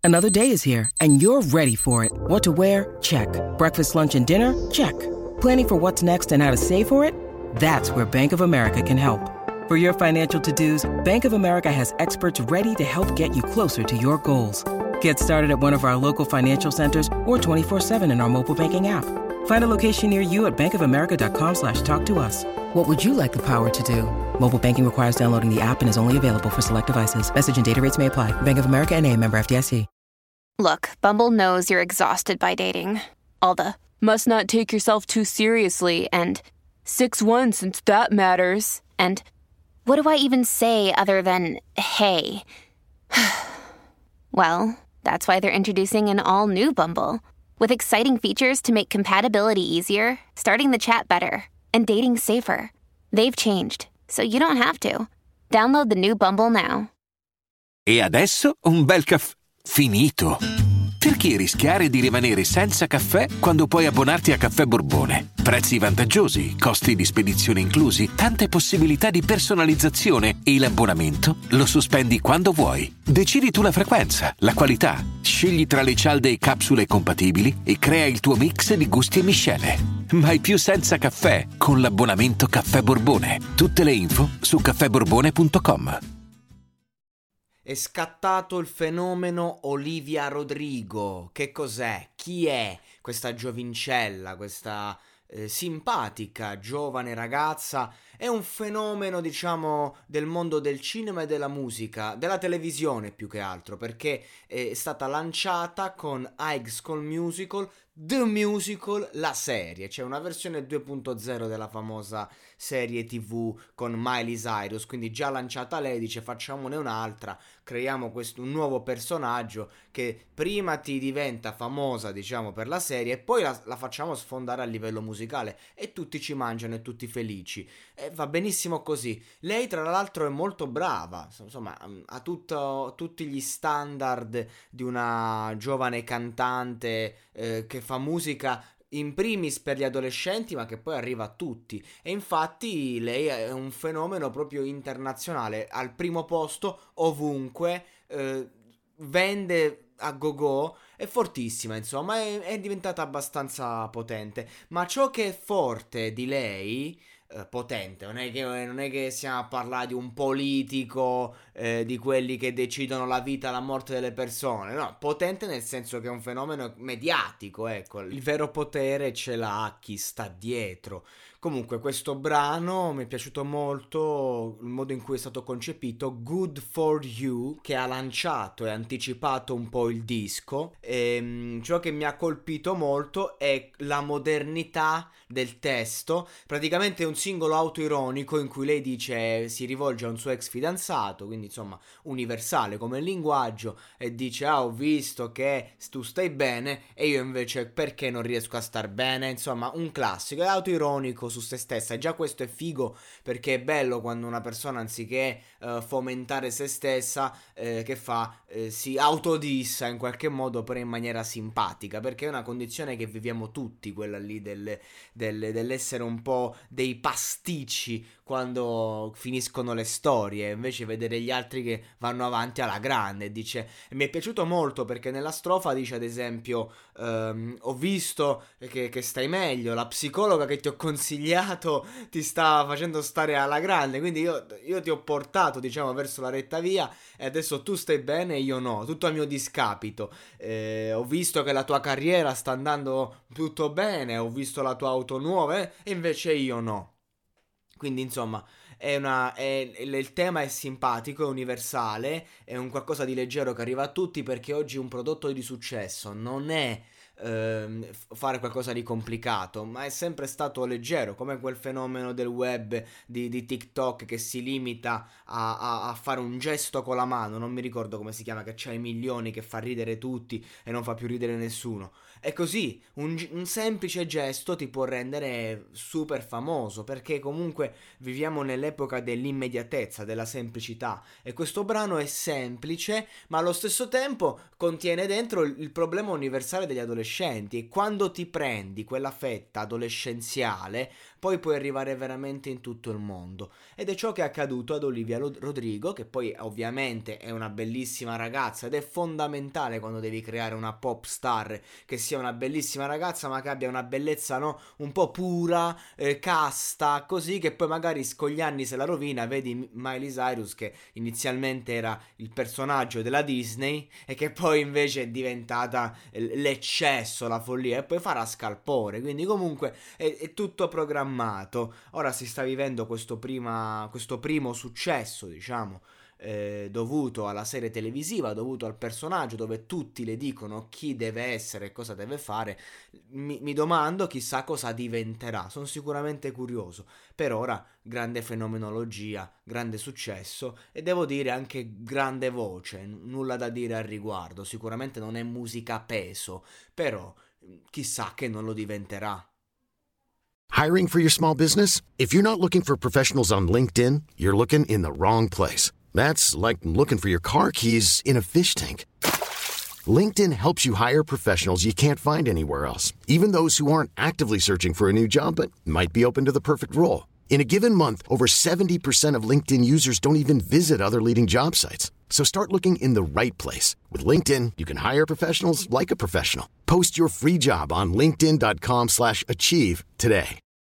Another day is here, and you're ready for it. What to wear? Check. Breakfast, lunch, and dinner? Check. Planning for what's next and how to save for it? That's where Bank of America can help. For your financial to-dos, Bank of America has experts ready to help get you closer to your goals. Get started at one of our local financial centers or 24/7 in our mobile banking app. Find a location near you at bankofamerica.com/talktous. What would you like the power to do? Mobile banking requires downloading the app and is only available for select devices. Message and data rates may apply. Bank of America N.A., member FDIC. Look, Bumble knows you're exhausted by dating. All the must not take yourself too seriously and 6'1" since that matters. And what do I even say other than hey? Well, that's why they're introducing an all-new Bumble with exciting features to make compatibility easier, starting the chat better, and dating safer. They've changed, so you don't have to. Download the new Bumble now. E adesso un bel caffè finito. Perché rischiare di rimanere senza caffè quando puoi abbonarti a Caffè Borbone? Prezzi vantaggiosi, costi di spedizione inclusi, tante possibilità di personalizzazione e l'abbonamento lo sospendi quando vuoi. Decidi tu la frequenza, la qualità, scegli tra le cialde e capsule compatibili e crea il tuo mix di gusti e miscele. Mai più senza caffè con l'abbonamento Caffè Borbone. Tutte le info su caffèborbone.com. È scattato il fenomeno Olivia Rodrigo. Che cos'è? Chi è questa giovincella, questa simpatica giovane ragazza? È un fenomeno, diciamo, del mondo del cinema e della musica, della televisione più che altro, perché è stata lanciata con High School Musical, The Musical, la serie. C'è una versione 2.0 della famosa serie TV con Miley Cyrus, quindi già lanciata lei, dice facciamone un'altra, creiamo un nuovo personaggio che prima ti diventa famosa, diciamo, per la serie e poi la facciamo sfondare a livello musicale e tutti ci mangiano e tutti felici. E va benissimo così. Lei tra l'altro è molto brava, insomma, ha tutti gli standard di una giovane cantante che fa musica in primis per gli adolescenti, ma che poi arriva a tutti. E infatti lei è un fenomeno proprio internazionale, al primo posto ovunque, vende a go-go, è fortissima, insomma, è diventata abbastanza potente. Ma ciò che è forte di lei, potente, non è che stiamo a parlare di un politico, di quelli che decidono la vita e la morte delle persone, no, potente nel senso che è un fenomeno mediatico, ecco, il vero potere ce l'ha chi sta dietro. Comunque questo brano mi è piaciuto molto, il modo in cui è stato concepito, Good For You, che ha lanciato e anticipato un po' il disco. Ciò che mi ha colpito molto è la modernità del testo. Praticamente è un singolo autoironico in cui lei dice, si rivolge a un suo ex fidanzato, quindi insomma universale come linguaggio, e dice ho visto che tu stai bene e io invece perché non riesco a star bene. Insomma, un classico, è autoironico su se stessa, e già questo è figo perché è bello quando una persona, anziché fomentare se stessa, che fa, si autodissa in qualche modo, però in maniera simpatica, perché è una condizione che viviamo tutti, quella lì dell'essere un po' dei pasticci quando finiscono le storie, invece vedere gli altri che vanno avanti alla grande. Dice, e mi è piaciuto molto perché nella strofa dice ad esempio ho visto che stai meglio, la psicologa che ti ho consigliato ti sta facendo stare alla grande, quindi io ti ho portato, diciamo, verso la retta via e adesso tu stai bene e io no, tutto a mio discapito. Ho visto che la tua carriera sta andando tutto bene, ho visto la tua auto nuova e invece io no. Quindi insomma il tema è simpatico, è universale, è un qualcosa di leggero che arriva a tutti, perché oggi un prodotto di successo non è fare qualcosa di complicato, ma è sempre stato leggero, come quel fenomeno del web di TikTok che si limita a fare un gesto con la mano, non mi ricordo come si chiama, che c'ha i milioni, che fa ridere tutti e non fa più ridere nessuno. È così, un semplice gesto ti può rendere super famoso, perché comunque viviamo nell'epoca dell'immediatezza, della semplicità, e questo brano è semplice ma allo stesso tempo contiene dentro il problema universale degli adolescenti. adolescenti, e quando ti prendi quella fetta adolescenziale poi puoi arrivare veramente in tutto il mondo. Ed è ciò che è accaduto ad Olivia Rodrigo, che poi ovviamente è una bellissima ragazza, ed è fondamentale quando devi creare una pop star che sia una bellissima ragazza ma che abbia una bellezza, no, un po' pura, casta, così, che poi magari con gli anni se la rovina. Vedi Miley Cyrus, che inizialmente era il personaggio della Disney e che poi invece è diventata l'eccesso, la follia, e poi farà scalpore. Quindi comunque è tutto programmato. Ora si sta vivendo questo primo successo, diciamo, dovuto alla serie televisiva, dovuto al personaggio, dove tutti le dicono chi deve essere e cosa deve fare. Mi domando chissà cosa diventerà. Sono sicuramente curioso. Per ora grande fenomenologia, grande successo, e devo dire anche grande voce, nulla da dire al riguardo. Sicuramente non è musica a peso, però chissà che non lo diventerà. Hiring for your small business? If you're not looking for professionals on LinkedIn, you're looking in the wrong place. That's like looking for your car keys in a fish tank. LinkedIn helps you hire professionals you can't find anywhere else, even those who aren't actively searching for a new job but might be open to the perfect role. In a given month, over 70% of LinkedIn users don't even visit other leading job sites. So start looking in the right place. With LinkedIn, you can hire professionals like a professional. Post your free job on linkedin.com/achieve today.